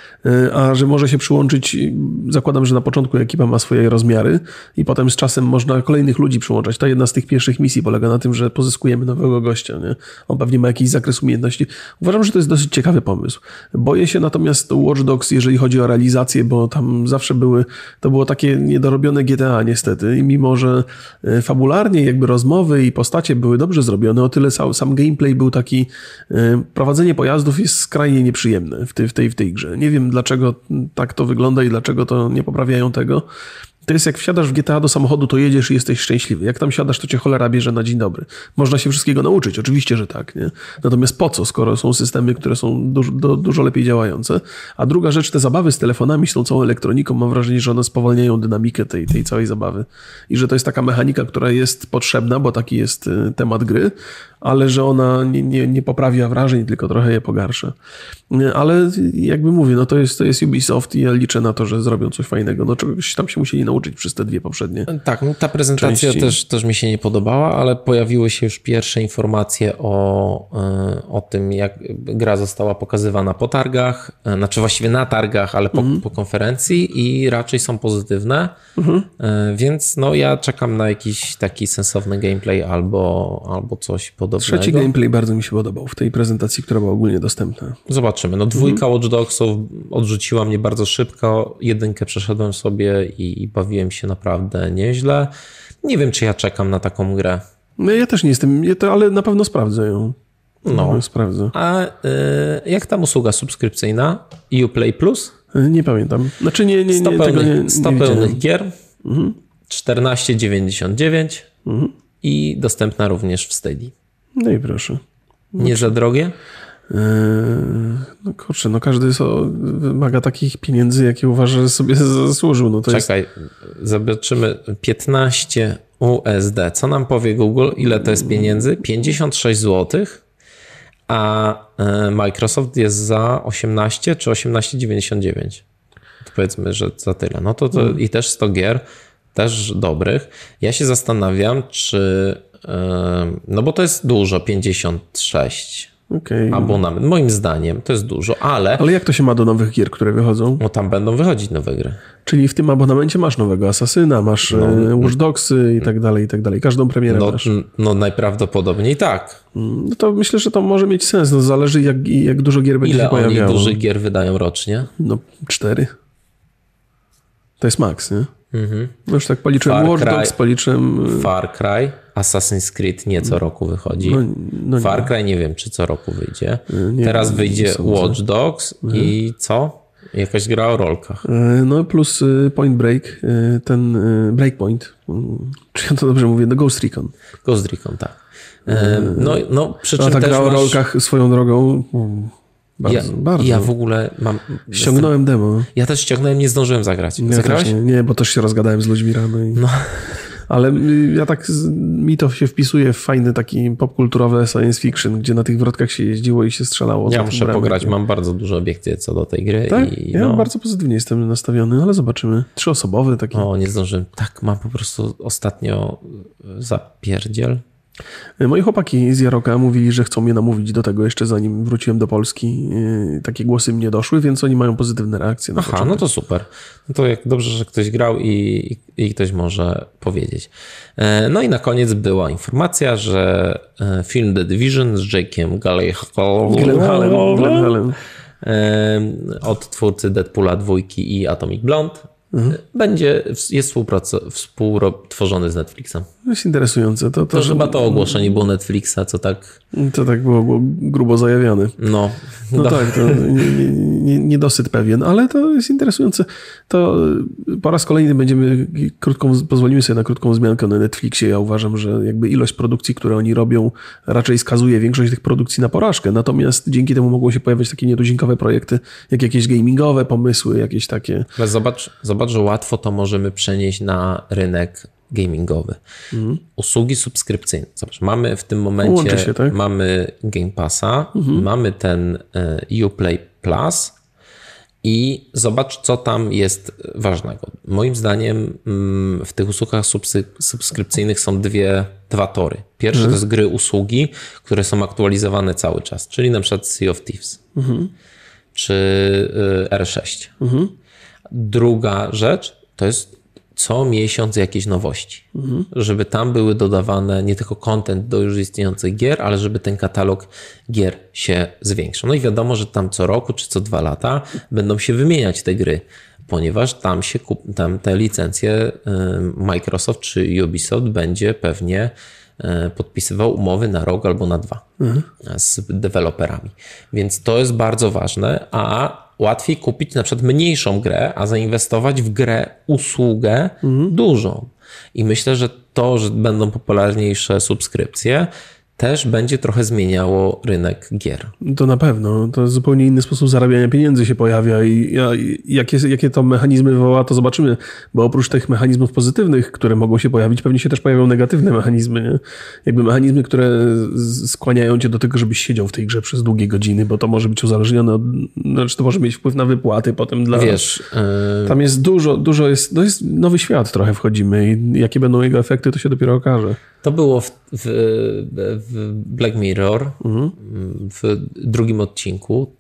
A że może się przyłączyć, zakładam, że na początku ekipa ma swoje rozmiary i potem z czasem można kolejnych ludzi przyłączać. Ta jedna z tych pierwszych misji polega na tym, że pozyskujemy nowego gościa. Nie? On pewnie ma jakiś zakres umiejętności. Uważam, że to jest dosyć ciekawy pomysł. Boję się natomiast Watch Dogs, jeżeli chodzi o realizację, bo tam zawsze były, to było takie niedorobione G T A niestety i mimo, że fabularnie jakby rozmowy i postacie były dobrze zrobione, o tyle sam, sam gameplay był taki, prowadzenie pojazdów jest skrajnie nieprzyjemne w tej, w tej, w tej grze. Nie wiem, dlaczego tak to wygląda i dlaczego to nie poprawiają tego. To jest jak wsiadasz w G T A do samochodu, to jedziesz i jesteś szczęśliwy. Jak tam siadasz, to cię cholera bierze na dzień dobry. Można się wszystkiego nauczyć, oczywiście, że tak. Nie? Natomiast po co, skoro są systemy, które są dużo, do, dużo lepiej działające? A druga rzecz, te zabawy z telefonami, z tą całą elektroniką, mam wrażenie, że one spowalniają dynamikę tej, tej całej zabawy. I że to jest taka mechanika, która jest potrzebna, bo taki jest temat gry, ale że ona nie, nie, nie poprawia wrażeń, tylko trochę je pogarsza. Ale jakby mówię, no to jest, to jest Ubisoft i ja liczę na to, że zrobią coś fajnego. No czegoś tam się musieli nauczyć. nauczyć przez te dwie poprzednie. Tak, no ta prezentacja też, też mi się nie podobała, ale pojawiły się już pierwsze informacje o, o tym, jak gra została pokazywana po targach, znaczy właściwie na targach, ale po, mhm. po konferencji i raczej są pozytywne, mhm. więc no ja czekam na jakiś taki sensowny gameplay albo, albo coś podobnego. Trzeci gameplay bardzo mi się podobał w tej prezentacji, która była ogólnie dostępna. Zobaczymy. No dwójka mhm. Watch Dogsów odrzuciła mnie bardzo szybko, jedynkę przeszedłem sobie i, i bawiłem się naprawdę nieźle. Nie wiem, czy ja czekam na taką grę. No ja też nie jestem, ale na pewno sprawdzę ją. No. no sprawdzę. A y, jak tam usługa subskrypcyjna? Uplay Plus? Nie pamiętam. Znaczy nie, nie, nie, sto tego pełnych, nie, nie sto pełnych gier, mhm. czternaście dziewięćdziesiąt dziewięć mhm. i dostępna również w Stadia. No i proszę. No, nie czy... za drogie? No kurczę, no każdy so, wymaga takich pieniędzy, jakie uważa, że sobie zasłużył. No to Czekaj, jest... zobaczymy. piętnaście U S D. Co nam powie Google? Ile to jest pieniędzy? pięćdziesiąt sześć złotych, a Microsoft jest za osiemnaście czy osiemnaście dziewięćdziesiąt dziewięć. To powiedzmy, że za tyle. No to, to hmm. i też sto gier, też dobrych. Ja się zastanawiam, czy... No bo to jest dużo, pięćdziesiąt sześć. Okay. Abonament. Moim zdaniem to jest dużo, ale... Ale jak to się ma do nowych gier, które wychodzą? No tam będą wychodzić nowe gry. Czyli w tym abonamencie masz nowego Asasyna, masz no, Watch Dogsy i tak dalej, i tak dalej. Każdą premierę no, masz. No najprawdopodobniej tak. No to myślę, że to może mieć sens. No zależy jak, jak dużo gier będzie Ile się pojawiało. Ile oni dużych gier wydają rocznie? No cztery. To jest maks, nie? Mhm. No już tak policzyłem Watch Dogs, policzyłem... Far Cry, Assassin's Creed nie co roku wychodzi. No, no nie. Far Cry nie wiem, czy co roku wyjdzie. Nie, Teraz nie, wyjdzie nie Watch Dogs mhm. i co? Jakaś gra o rolkach. No plus Point Break, ten Breakpoint. Czy ja to dobrze mówię? No Ghost Recon. Ghost Recon, tak. No, no przy czym no, ta też gra o masz... rolkach swoją drogą... Bardzo, ja, bardzo. ja w ogóle mam... Ściągnąłem jestem... demo. Ja też ściągnąłem, nie zdążyłem zagrać. Nie, Zagrałeś? Nie, nie, bo też się rozgadałem z ludźmi rano. I... No. Ale ja tak, mi to się wpisuje w fajny taki popkulturowe science fiction, gdzie na tych wrotkach się jeździło i się strzelało. Ja muszę pograć, mam bardzo duże obiekcje co do tej gry. Tak? I, ja no... bardzo pozytywnie jestem nastawiony, ale zobaczymy. Trzyosobowy taki. O, nie zdążyłem. Tak, mam po prostu ostatnio zapierdziel. Moi chłopaki z Jaroka mówili, że chcą mnie namówić do tego jeszcze zanim wróciłem do Polski. Takie głosy mnie doszły, więc oni mają pozytywne reakcje. Na Aha, początek. no to super. No to jak dobrze, że ktoś grał i, i ktoś może powiedzieć. No i na koniec była informacja, że film The Division z Jake'em Gyllenhaalem od twórcy Deadpoola dwójki i Atomic Blonde Mhm. będzie, jest współtworzony z Netflixem. To jest interesujące. To, to, to że... chyba to ogłoszenie było Netflixa, co tak... To tak było, było grubo zajawiane. No. No, no tak, to niedosyt nie, nie pewien, ale to jest interesujące. To po raz kolejny będziemy krótką, pozwolimy sobie na krótką wzmiankę na Netflixie. Ja uważam, że jakby ilość produkcji, które oni robią, raczej skazuje większość tych produkcji na porażkę. Natomiast dzięki temu mogą się pojawiać takie nietuzinkowe projekty, jak jakieś gamingowe pomysły, jakieś takie... Ale zobacz, zobacz, że łatwo to możemy przenieść na rynek gamingowy. Mhm. Usługi subskrypcyjne. Zobacz, mamy w tym momencie się, tak? mamy Game Passa, mhm. mamy ten y, Uplay Plus i zobacz, co tam jest ważnego. Moim zdaniem mm, w tych usługach subsy, subskrypcyjnych są dwie, dwa tory. Pierwszy mhm. to jest gry, usługi, które są aktualizowane cały czas, czyli na przykład Sea of Thieves mhm. czy y, R sześć. Mhm. Druga rzecz to jest co miesiąc jakieś nowości, mhm. żeby tam były dodawane nie tylko content do już istniejących gier, ale żeby ten katalog gier się zwiększał. No i wiadomo, że tam co roku czy co dwa lata będą się wymieniać te gry, ponieważ tam się tam te licencje Microsoft czy Ubisoft będzie pewnie podpisywał umowy na rok albo na dwa mhm. z deweloperami. Więc to jest bardzo ważne, a łatwiej kupić na przykład mniejszą grę, a zainwestować w grę, usługę mhm. dużą. I myślę, że to, że będą popularniejsze subskrypcje, też będzie trochę zmieniało rynek gier. To na pewno. To zupełnie inny sposób zarabiania pieniędzy się pojawia i jakie, jakie to mechanizmy wywoła, to zobaczymy, bo oprócz tych mechanizmów pozytywnych, które mogą się pojawić, pewnie się też pojawią negatywne mechanizmy, nie? Jakby mechanizmy, które skłaniają cię do tego, żebyś siedział w tej grze przez długie godziny, bo to może być uzależnione od, znaczy to może mieć wpływ na wypłaty potem dla... Wiesz... Yy... Tam jest dużo, dużo jest, to jest nowy świat trochę wchodzimy i jakie będą jego efekty, to się dopiero okaże. To było w, w, w Black Mirror, mhm. w drugim odcinku,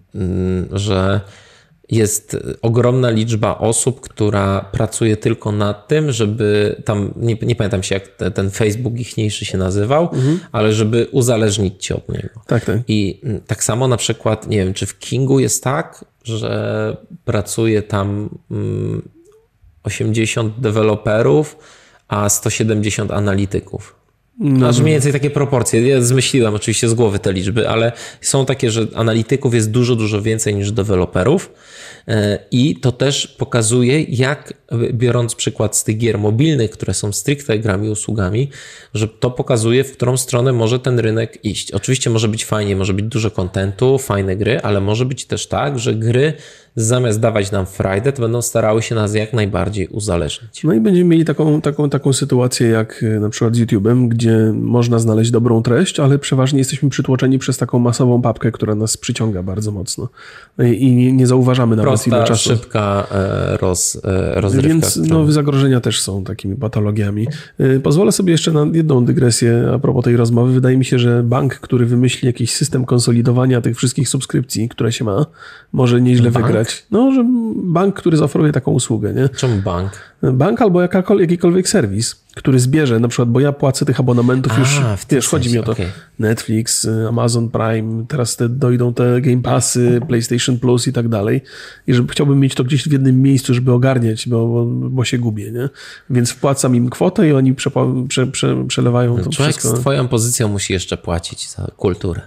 że jest ogromna liczba osób, która pracuje tylko nad tym, żeby tam, nie, nie pamiętam się jak te, ten Facebook ichniejszy się nazywał, mhm. ale żeby uzależnić cię od niego. Tak, tak. I tak samo na przykład, nie wiem, czy w Kingu jest tak, że pracuje tam osiemdziesiąt deweloperów, a sto siedemdziesiąt analityków. No. Aż mniej więcej takie proporcje. Ja zmyśliłem oczywiście z głowy te liczby, ale są takie, że analityków jest dużo, dużo więcej niż deweloperów i to też pokazuje, jak biorąc przykład z tych gier mobilnych, które są stricte grami i usługami, że to pokazuje, w którą stronę może ten rynek iść. Oczywiście może być fajnie, może być dużo kontentu, fajne gry, ale może być też tak, że gry zamiast dawać nam frajdę, to będą starały się nas jak najbardziej uzależnić. No i będziemy mieli taką, taką, taką sytuację jak na przykład z YouTube'em, gdzie można znaleźć dobrą treść, ale przeważnie jesteśmy przytłoczeni przez taką masową papkę, która nas przyciąga bardzo mocno. I nie zauważamy nawet Prosta, ile czasu. szybka roz, rozrywka. Więc no, zagrożenia też są takimi patologiami. Pozwolę sobie jeszcze na jedną dygresję a propos tej rozmowy. Wydaje mi się, że bank, który wymyśli jakiś system konsolidowania tych wszystkich subskrypcji, które się ma, może nieźle bank? wygrać. No, że bank, który zaoferuje taką usługę, nie? Czemu bank? Bank albo jakakolwiek, jakikolwiek serwis, który zbierze, na przykład, bo ja płacę tych abonamentów A, już, w tym wiesz, chodzi sensie, mi o to, okay. Netflix, Amazon Prime, teraz te, dojdą te Game Passy, PlayStation Plus i tak dalej i żeby chciałbym mieć to gdzieś w jednym miejscu, żeby ogarniać, bo, bo, bo się gubię, nie? Więc wpłacam im kwotę i oni przepa- prze, prze, przelewają to Człowiek wszystko. z twoją pozycją musi jeszcze płacić za kulturę.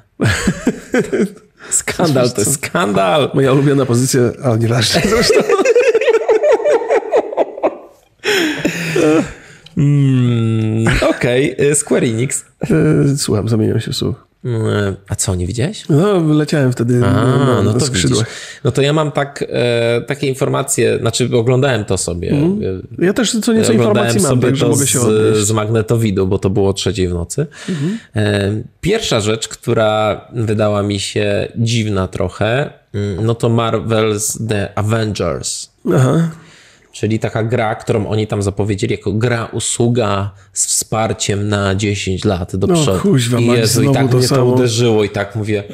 Skandal, to jest skandal. Moja ulubiona pozycja, ale nie raz zresztą. mm, Okej, okay. Square Enix. Słucham, zamieniam się w słuch. A co, nie widziałeś? No, leciałem wtedy A, na, na, no na to skrzydłach. Widzisz. No to ja mam tak, e, takie informacje, znaczy oglądałem to sobie. Mm. Ja też co nieco informacji mam, sobie także to mogę się z, odnieść. z magnetowidu, bo to było o trzeciej w nocy. Mm-hmm. E, pierwsza rzecz, która wydała mi się dziwna trochę, no to Marvel's The Avengers. Aha. Czyli taka gra, którą oni tam zapowiedzieli jako gra, usługa z wsparciem na dziesięć lat do przodu. No kuźwa, I Jezu, i tak to mnie samo. to uderzyło i tak mówię,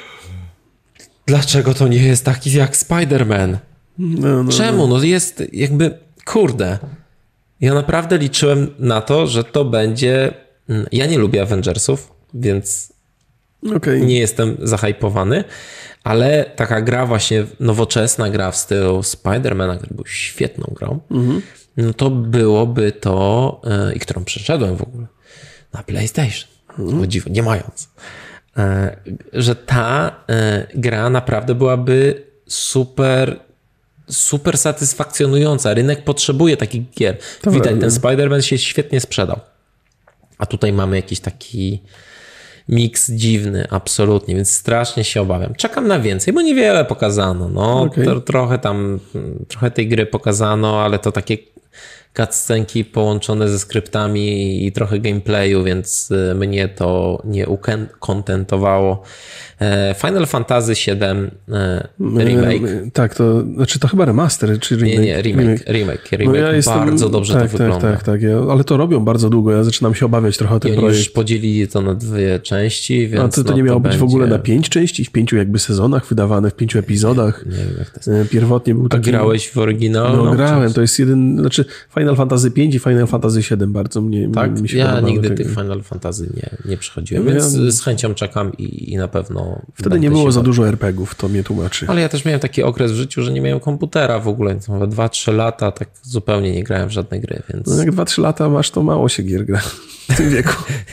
dlaczego to nie jest taki jak Spider-Man? No, no, Czemu? No jest jakby, kurde, ja naprawdę liczyłem na to, że to będzie, ja nie lubię Avengersów, więc okay. nie jestem zahajpowany, ale taka gra właśnie, nowoczesna gra w stylu Spider-Mana, który był świetną grą, mm-hmm. no to byłoby to, yy, i którą przeszedłem w ogóle, na PlayStation, mm-hmm. o dziwo, nie mając, yy, że ta yy, gra naprawdę byłaby super, super satysfakcjonująca. Rynek potrzebuje takich gier. To widać, ten Spider-Man się świetnie sprzedał. A tutaj mamy jakiś taki miks dziwny, absolutnie, więc strasznie się obawiam. Czekam na więcej, bo niewiele pokazano. No, okay. to, trochę tam, trochę tej gry pokazano, ale to takie cutscenki połączone ze skryptami i trochę gameplayu, więc mnie to nie ukontentowało. Final Fantasy siedem remake. Tak, to znaczy to chyba remaster, czy remake? Nie, nie, remake, remake, remake. No ja jestem, bardzo dobrze tak, to tak, wygląda. Tak, tak, ja, ale to robią bardzo długo, ja zaczynam się obawiać trochę o ten I oni projekt. już podzielili to na dwie części, więc A to, to no, nie miało to być będzie... w ogóle na pięć części, w pięciu jakby sezonach wydawane, w pięciu epizodach. Nie, nie wiem jak to jest. Pierwotnie był taki... A grałeś w oryginalną? No grałem, to jest jeden, znaczy Final Fantasy pięć i Final Fantasy siedem bardzo mnie, tak? mi się ja podobały. nigdy tego. tych Final Fantasy nie, nie przechodziłem, no, więc ja... z chęcią czekam i, i na pewno... Wtedy nie było za dużo er pe gie ów, to mnie tłumaczy. Ale ja też miałem taki okres w życiu, że nie miałem komputera w ogóle. Nawet dwa trzy lata tak zupełnie nie grałem w żadne gry, więc... No jak dwa trzy lata masz, to mało się gier gra w tym wieku.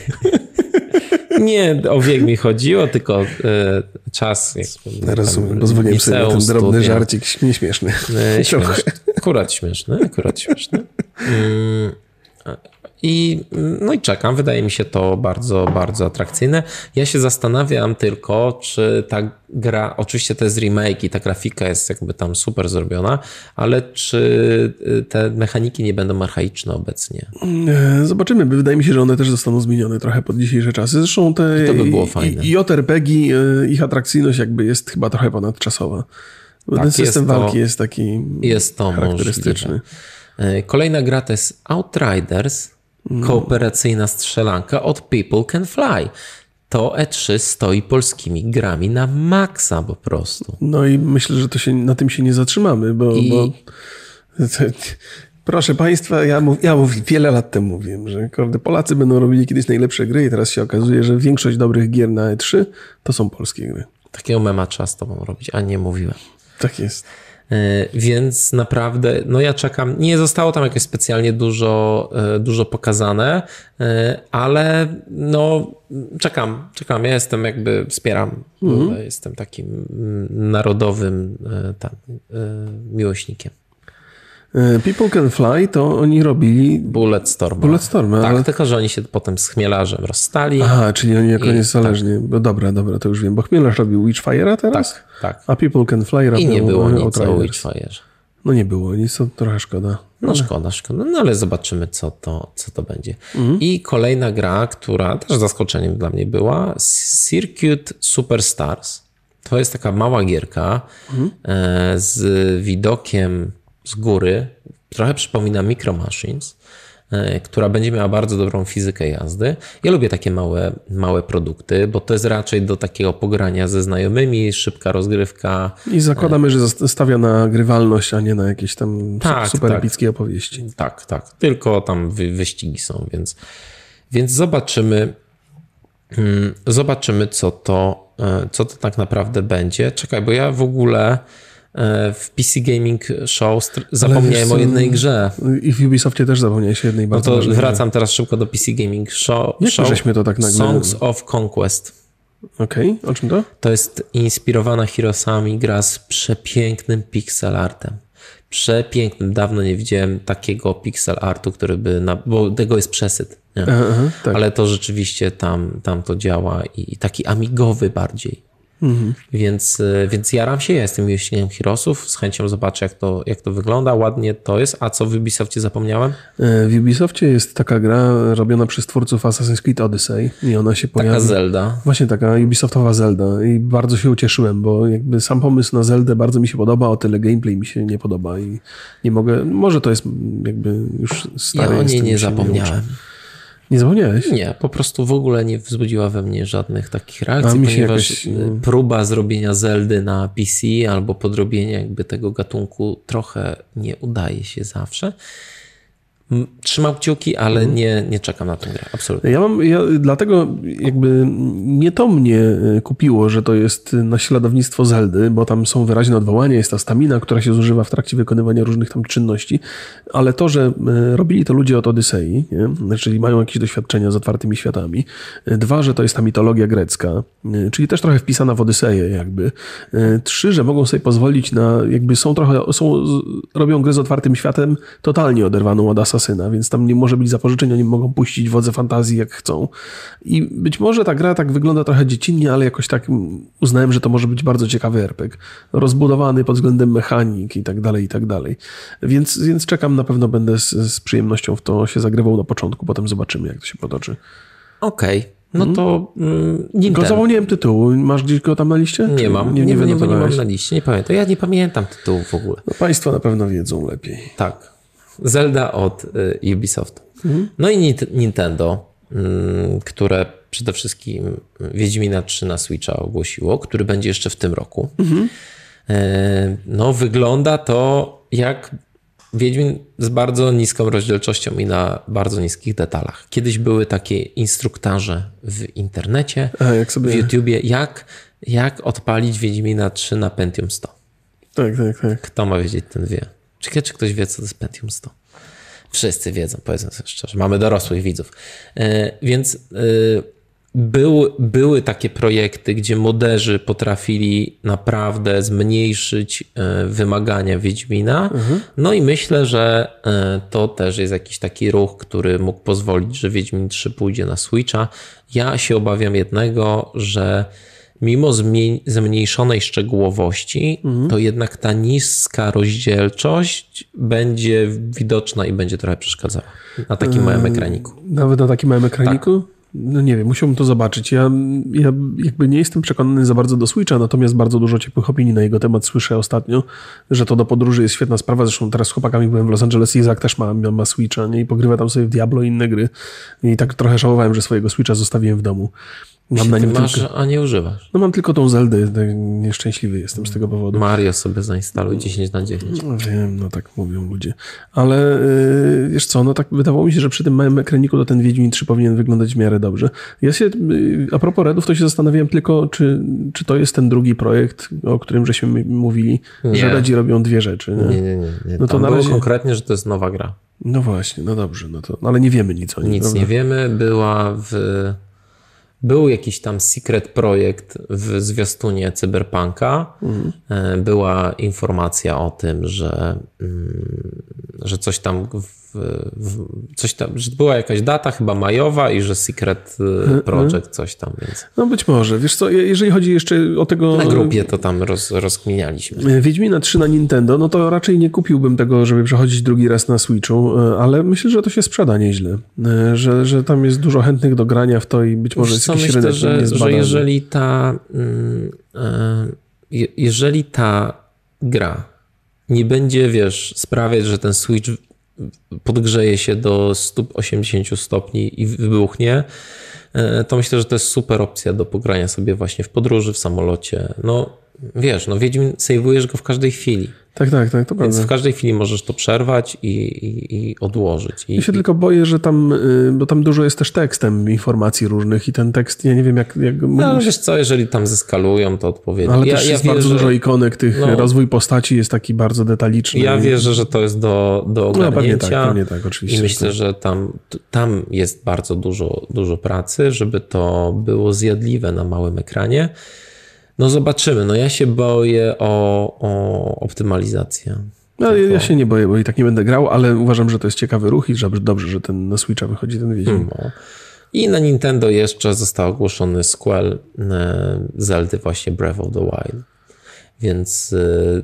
Nie o wiek mi chodziło, tylko y, czas. Jak, Rozumiem, pozwoliłem sobie na ten drobny studia. Żarcik nieśmieszny. Śmieszny. Akurat śmieszny, akurat śmieszny. I, no i czekam. Wydaje mi się to bardzo, bardzo atrakcyjne. Ja się zastanawiam tylko, czy ta gra, oczywiście to jest remake i ta grafika jest jakby tam super zrobiona, ale czy te mechaniki nie będą archaiczne obecnie? Zobaczymy. Wydaje mi się, że one też zostaną zmienione trochę pod dzisiejsze czasy. Zresztą te I to by było fajne. J R P G, ich atrakcyjność jakby jest chyba trochę ponadczasowa. Bo tak, ten system jest walki to, jest taki jest to charakterystyczny. Możliwe. Kolejna gra to jest Outriders, kooperacyjna strzelanka od People Can Fly. To E trzy stoi polskimi grami na maksa po prostu. No i myślę, że to się, na tym się nie zatrzymamy, bo... I... bo... Proszę Państwa, ja, mów, ja mów, wiele lat temu mówiłem, że kurde, Polacy będą robili kiedyś najlepsze gry i teraz się okazuje, że większość dobrych gier na E trzy to są polskie gry. Takiego mema trzeba z tobą robić, a nie mówiłem. Tak jest. Więc naprawdę, no ja czekam, nie zostało tam jakoś specjalnie dużo, dużo pokazane, ale no czekam, czekam, ja jestem jakby, wspieram, mhm. jestem takim narodowym tam, miłośnikiem. People Can Fly to oni robili... Bulletstorm. Bulletstorm, tak, ale... tylko że oni się potem z Chmielarzem rozstali. Aha, czyli oni jako niezależnie. Tak. Dobra, dobra, to już wiem, bo Chmielarz robił Witchfire'a teraz? Tak, tak. A People Can Fly robił... I nie było nic o Witchfire'ze. No nie było nic, to trochę szkoda. No ale... szkoda, szkoda, no ale zobaczymy, co to, co to będzie. Mhm. I kolejna gra, która też zaskoczeniem dla mnie była, Circuit Superstars. To jest taka mała gierka mhm. z widokiem z góry, trochę przypomina Micro Machines, która będzie miała bardzo dobrą fizykę jazdy. Ja lubię takie małe, małe produkty, bo to jest raczej do takiego pogrania ze znajomymi, szybka rozgrywka. I zakładamy, że stawia na grywalność, a nie na jakieś tam tak, super tak. epickie opowieści. Tak, tak. Tylko tam wy, wyścigi są, więc, więc zobaczymy, zobaczymy, co to, co to tak naprawdę będzie. Czekaj, bo ja w ogóle w P C Gaming Show zapomniałem o jednej grze. I w Ubisoftie też zapomniałeś o jednej bardzo No to wracam grze. Teraz szybko do P C Gaming Show. Jak show żeśmy to tak nagle... Songs of Conquest. Okej, okay. O czym to? To jest inspirowana Heroesami gra z przepięknym pixel artem. Przepięknym. Dawno nie widziałem takiego pixel artu, który by... Na... Bo tego jest przesyt. Nie? Aha, aha, tak. Ale to rzeczywiście tam, tam to działa i, i taki amigowy bardziej. Mhm. Więc, więc jaram się, ja jestem miłośnikiem Heroesów, z chęcią zobaczę jak to, jak to wygląda, ładnie to jest. A co w Ubisoftie zapomniałem? W Ubisoftie jest taka gra robiona przez twórców Assassin's Creed Odyssey i ona się pojawi... Taka Zelda. Właśnie taka Ubisoftowa Zelda i bardzo się ucieszyłem, bo jakby sam pomysł na Zeldę bardzo mi się podoba, o tyle gameplay mi się nie podoba i nie mogę, może to jest jakby już stare. Ja o niej nie zapomniałem. Nie zapomniałeś? Nie, po prostu w ogóle nie wzbudziła we mnie żadnych takich reakcji, ponieważ jakoś... próba zrobienia Zeldy na P C albo podrobienia jakby tego gatunku trochę nie udaje się zawsze. Trzymam kciuki, ale mm. nie, nie czekam na tę grę, absolutnie. Ja mam, ja, dlatego jakby nie to mnie kupiło, że to jest naśladownictwo Zeldy, bo tam są wyraźne odwołania, jest ta stamina, która się zużywa w trakcie wykonywania różnych tam czynności, ale to, że robili to ludzie od Odysei, nie? Czyli mają jakieś doświadczenia z otwartymi światami. Dwa, że to jest ta mitologia grecka, czyli też trochę wpisana w Odyseję jakby. Trzy, że mogą sobie pozwolić na, jakby są trochę, są, robią grę z otwartym światem totalnie oderwaną od Asasyna, więc tam nie może być zapożyczeń, oni mogą puścić wodze fantazji jak chcą. I być może ta gra tak wygląda trochę dziecinnie, ale jakoś tak uznałem, że to może być bardzo ciekawy er pe gie. Rozbudowany pod względem mechanik i tak dalej, i tak dalej. Więc, więc czekam, na pewno będę z, z przyjemnością w to się zagrywał na początku, potem zobaczymy, jak to się potoczy. Okej. Okay. No to mm, Nintendo. Zapomniałem tytułu. Masz gdzieś go tam na liście? Nie mam. Nie, nie, nie, nie, nie mam na liście. Nie pamiętam. Ja nie pamiętam tytułu w ogóle. No, państwo na pewno wiedzą lepiej. Tak. Zelda od y, Ubisoftu. Mhm. No i Nintendo, y, które przede wszystkim Wiedźmina trzy na Switcha ogłosiło, który będzie jeszcze w tym roku. Mhm. Y, no wygląda to jak Wiedźmin z bardzo niską rozdzielczością i na bardzo niskich detalach. Kiedyś były takie instruktaże w internecie, A, jak sobie... w YouTubie, jak, jak odpalić Wiedźmina trzy na Pentium sto. Tak, tak, tak. Kto ma wiedzieć, ten wie. Ciekawe, czy ktoś wie, co to jest Pentium sto. Wszyscy wiedzą, powiedzmy sobie szczerze. Mamy dorosłych widzów. Yy, więc yy, Był, były takie projekty, gdzie moderzy potrafili naprawdę zmniejszyć wymagania Wiedźmina. Mhm. No i myślę, że to też jest jakiś taki ruch, który mógł pozwolić, że Wiedźmin trzy pójdzie na Switcha. Ja się obawiam jednego, że mimo zmniejszonej szczegółowości, mhm. to jednak ta niska rozdzielczość będzie widoczna i będzie trochę przeszkadzała na takim eee, małym ekraniku. Nawet na takim małym ekraniku? Tak. No nie wiem, musiałbym to zobaczyć. Ja, ja jakby nie jestem przekonany za bardzo do Switcha, natomiast bardzo dużo ciepłych opinii na jego temat słyszę ostatnio, że to do podróży jest świetna sprawa. Zresztą teraz z chłopakami byłem w Los Angeles i Izak też ma, ma Switcha, nie? I pogrywa tam sobie w Diablo i inne gry. I tak trochę żałowałem, że swojego Switcha zostawiłem w domu. Mam na nim masz, tylko, a nie używasz. No mam tylko tą Zeldę, tak nieszczęśliwy jestem z tego powodu. Mario sobie zainstaluj dziesięć na dziewięć. No wiem, no tak mówią ludzie. Ale yy, wiesz co, no tak wydawało mi się, że przy tym małym ekraniku to ten Wiedźmin trzy powinien wyglądać w miarę dobrze. Ja się, yy, a propos Redów, to się zastanawiałem tylko, czy, czy to jest ten drugi projekt, o którym żeśmy mówili, nie. że Redzi robią dwie rzeczy. Nie, nie, nie. nie, nie. No to na było razie... konkretnie, że to jest nowa gra. No właśnie, no dobrze, no to, ale nie wiemy nic o niej. Nic prawda? nie wiemy, była w... Był jakiś tam secret projekt w zwiastunie Cyberpunka. Mhm. Była informacja o tym, że, że coś tam, w, w, coś tam, że była jakaś data chyba majowa i że secret project coś tam. Więc... No być może. Wiesz co, jeżeli chodzi jeszcze o tego... Na grupie to tam roz, rozkminialiśmy. Wiedźmina trzy na Nintendo, no to raczej nie kupiłbym tego, żeby przechodzić drugi raz na Switchu, ale myślę, że to się sprzeda nieźle. Że, że tam jest dużo chętnych do grania w to i być może jest jakiś rynek że, że jeżeli ta jeżeli ta gra nie będzie, wiesz, sprawiać, że ten Switch podgrzeje się do sto osiemdziesiąt stopni i wybuchnie, to myślę, że to jest super opcja do pogrania sobie właśnie w podróży, w samolocie. No wiesz, no Wiedźmin sejwujesz go w każdej chwili. Tak, tak, tak, to Więc prawda. w każdej chwili możesz to przerwać i, i, i odłożyć. I, ja się i... tylko boję, że tam, bo tam dużo jest też tekstem informacji różnych i ten tekst, ja nie wiem jak... jak... No wiesz co, jeżeli tam zeskalują, to odpowiednio. Ale ja, też ja jest wierzę, bardzo dużo ikonek, tych no, rozwój postaci jest taki bardzo detaliczny. Ja wierzę, że to jest do, do ogarnięcia. No pewnie tak, pewnie tak, oczywiście. I myślę, że tam, tam jest bardzo dużo, dużo pracy, żeby to było zjadliwe na małym ekranie. No zobaczymy. No ja się boję o, o optymalizację. No, Tylko... Ja się nie boję, bo i tak nie będę grał, ale uważam, że to jest ciekawy ruch i że dobrze, że ten na Switcha wychodzi ten Wiedźmin. No. I na Nintendo jeszcze został ogłoszony sequel Zeldy właśnie Breath of the Wild. Więc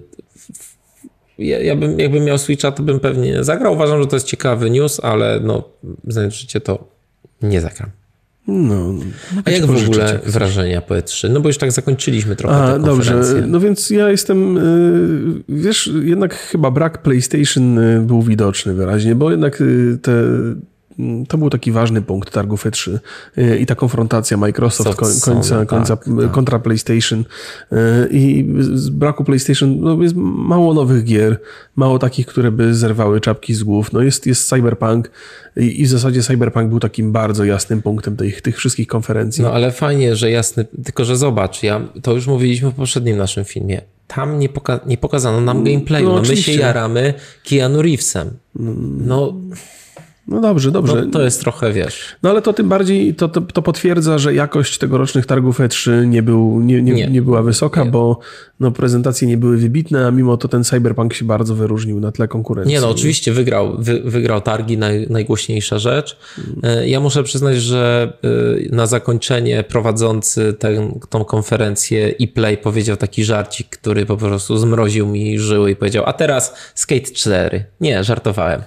ja, ja bym, jakbym miał Switcha, to bym pewnie zagrał. Uważam, że to jest ciekawy news, ale no, znając życie, to nie zagram. No, A jak w ogóle wrażenia po E trzy? No bo już tak zakończyliśmy trochę A, tę konferencję. Dobrze, no więc ja jestem, wiesz, jednak chyba brak PlayStation był widoczny wyraźnie, bo jednak te... To był taki ważny punkt targów E trzy i ta konfrontacja Microsoft końca, końca tak, kontra tak. PlayStation i z braku PlayStation no jest mało nowych gier, mało takich, które by zerwały czapki z głów. No jest, jest Cyberpunk i, i w zasadzie Cyberpunk był takim bardzo jasnym punktem tych, tych wszystkich konferencji. No ale fajnie, że jasny, tylko że zobacz, ja, to już mówiliśmy w poprzednim naszym filmie, tam nie, poka- nie pokazano nam gameplayu, no, no my się jaramy Keanu Reevesem. No... No dobrze, dobrze. No, to jest trochę, wiesz... No ale to tym bardziej, to, to, to potwierdza, że jakość tegorocznych targów E trzy nie, był, nie, nie, nie. nie była wysoka, nie. bo no, prezentacje nie były wybitne, a mimo to ten Cyberpunk się bardzo wyróżnił na tle konkurencji. Nie no, oczywiście wygrał, wy, wygrał targi, naj, najgłośniejsza rzecz. Hmm. Ja muszę przyznać, że na zakończenie prowadzący tę, tą konferencję ePlay powiedział taki żarcik, który po prostu zmroził mi żyły i powiedział, a teraz Skate cztery. Nie, żartowałem.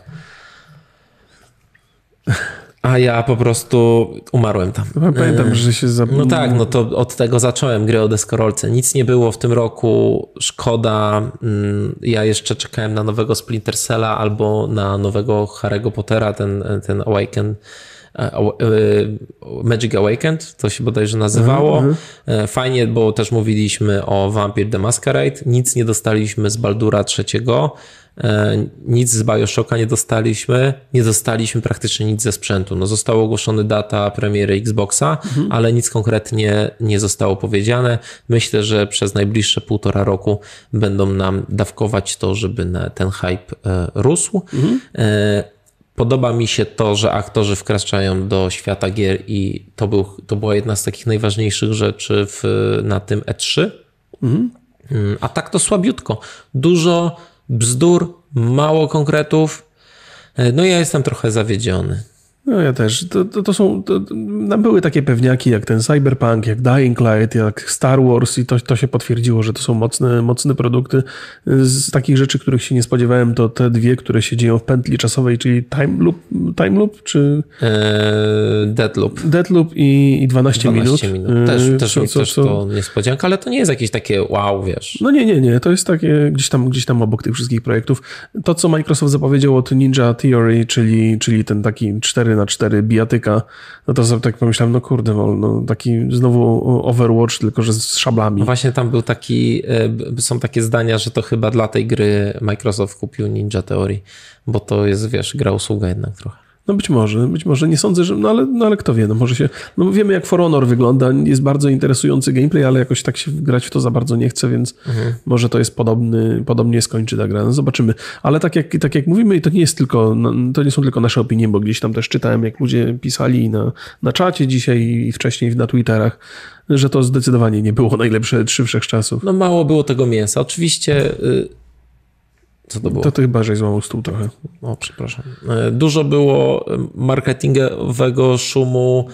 A ja po prostu umarłem tam. Ja pamiętam, że się... Zap... No tak, no to od tego zacząłem grę o deskorolce. Nic nie było w tym roku, szkoda. Ja jeszcze czekałem na nowego Splinter Cella albo na nowego Harry'ego Pottera, ten, ten Awaken, Magic Awakened, to się bodajże nazywało. Uh-huh. Fajnie, bo też mówiliśmy o Vampire the Masquerade. Nic nie dostaliśmy z Baldura trzeciego. Nic z BioShocka nie dostaliśmy, nie dostaliśmy praktycznie nic ze sprzętu. No została ogłoszona data premiery Xboxa, mhm. ale nic konkretnie nie zostało powiedziane. Myślę, że przez najbliższe półtora roku będą nam dawkować to, żeby ten hype rósł. Mhm. Podoba mi się to, że aktorzy wkraczają do świata gier i to, był, to była jedna z takich najważniejszych rzeczy w, na tym E trzy. Mhm. A tak to słabiutko. Dużo bzdur, mało konkretów. No ja jestem trochę zawiedziony. No ja też. To, to, to są, to, to były takie pewniaki jak ten Cyberpunk, jak Dying Light, jak Star Wars i to, to się potwierdziło, że to są mocne, mocne produkty. Z takich rzeczy, których się nie spodziewałem, to te dwie, które się dzieją w pętli czasowej, czyli Time Loop, time loop czy... Eee, Deadloop. Deadloop i, i dwanaście minut. minut. Też, też, co, mi co, też to niespodzianka, ale to nie jest jakieś takie wow, wiesz. No nie, nie, nie. To jest takie gdzieś tam, gdzieś tam obok tych wszystkich projektów. To, co Microsoft zapowiedział od Ninja Theory, czyli, czyli ten taki cztery na cztery bijatyka, no to sobie tak pomyślałem, no kurde, no taki znowu Overwatch, tylko że z szablami. No właśnie tam był taki, są takie zdania, że to chyba dla tej gry Microsoft kupił Ninja Theory, bo to jest, wiesz, gra usługa jednak trochę. No być może, być może. Nie sądzę, że... No ale, no ale kto wie, no może się... No wiemy, jak For Honor wygląda. Jest bardzo interesujący gameplay, ale jakoś tak się grać w to za bardzo nie chce, więc mhm. może to jest podobny, podobnie skończy ta gra. No zobaczymy. Ale tak jak, tak jak mówimy, i to nie jest tylko... No, to nie są tylko nasze opinie, bo gdzieś tam też czytałem, jak ludzie pisali na, na czacie dzisiaj i wcześniej na Twitterach, że to zdecydowanie nie było najlepsze trzy wszechczasów. No mało było tego mięsa. Oczywiście... Y- Co to było? To ty chyba żeś złamał stół trochę. O, przepraszam. Dużo było marketingowego szumu.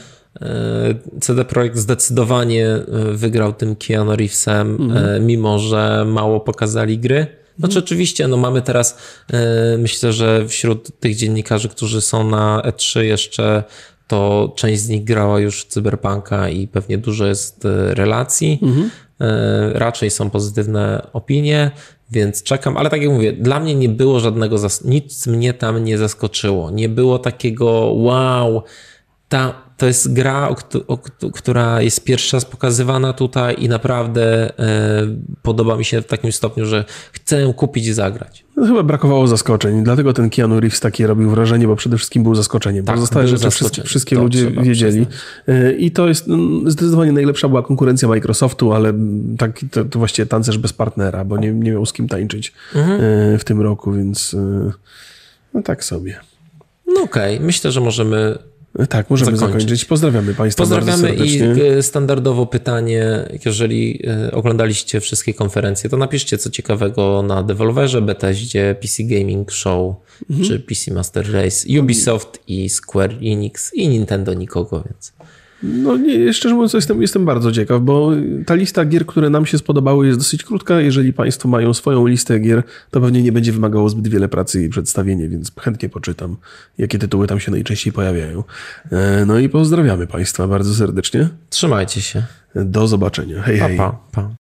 C D Projekt zdecydowanie wygrał tym Keanu Reevesem, mhm. mimo że mało pokazali gry. Znaczy mhm. oczywiście, no mamy teraz, myślę, że wśród tych dziennikarzy, którzy są na E trzy jeszcze, to część z nich grała już w Cyberpunka i pewnie dużo jest relacji. Mhm. Raczej są pozytywne opinie, więc czekam, ale tak jak mówię, dla mnie nie było żadnego, zas- nic mnie tam nie zaskoczyło. Nie było takiego wow, ta, to jest gra, o, o, która jest pierwszy raz pokazywana tutaj i naprawdę e, podoba mi się w takim stopniu, że chcę ją kupić i zagrać. No, chyba brakowało zaskoczeń, dlatego ten Keanu Reeves takie robił wrażenie, bo przede wszystkim był zaskoczeniem. Tak, pozostałe rzeczy wszystkie, wszystkie ludzie wiedzieli. Przyznać. I to jest zdecydowanie najlepsza była konkurencja Microsoftu, ale tak, to, to właściwie tancerz bez partnera, bo nie, nie miał z kim tańczyć mhm. w tym roku, więc no tak sobie. No okej, okay. Myślę, że możemy Tak, możemy zakończyć. zakończyć. Pozdrawiamy Państwa Pozdrawiamy bardzo serdecznie. I standardowo pytanie, jeżeli oglądaliście wszystkie konferencje, to napiszcie co ciekawego na Devolverze, Bethesdzie, P C Gaming Show, mhm. czy P C Master Race, Ubisoft i Square Enix i Nintendo nikogo, więc... No nie, szczerze mówiąc jestem, jestem bardzo ciekaw, bo ta lista gier, które nam się spodobały jest dosyć krótka. Jeżeli Państwo mają swoją listę gier, to pewnie nie będzie wymagało zbyt wiele pracy i przedstawienie, więc chętnie poczytam, jakie tytuły tam się najczęściej pojawiają. No i pozdrawiamy Państwa bardzo serdecznie. Trzymajcie się. Do zobaczenia. Hej, pa, hej. Pa, pa.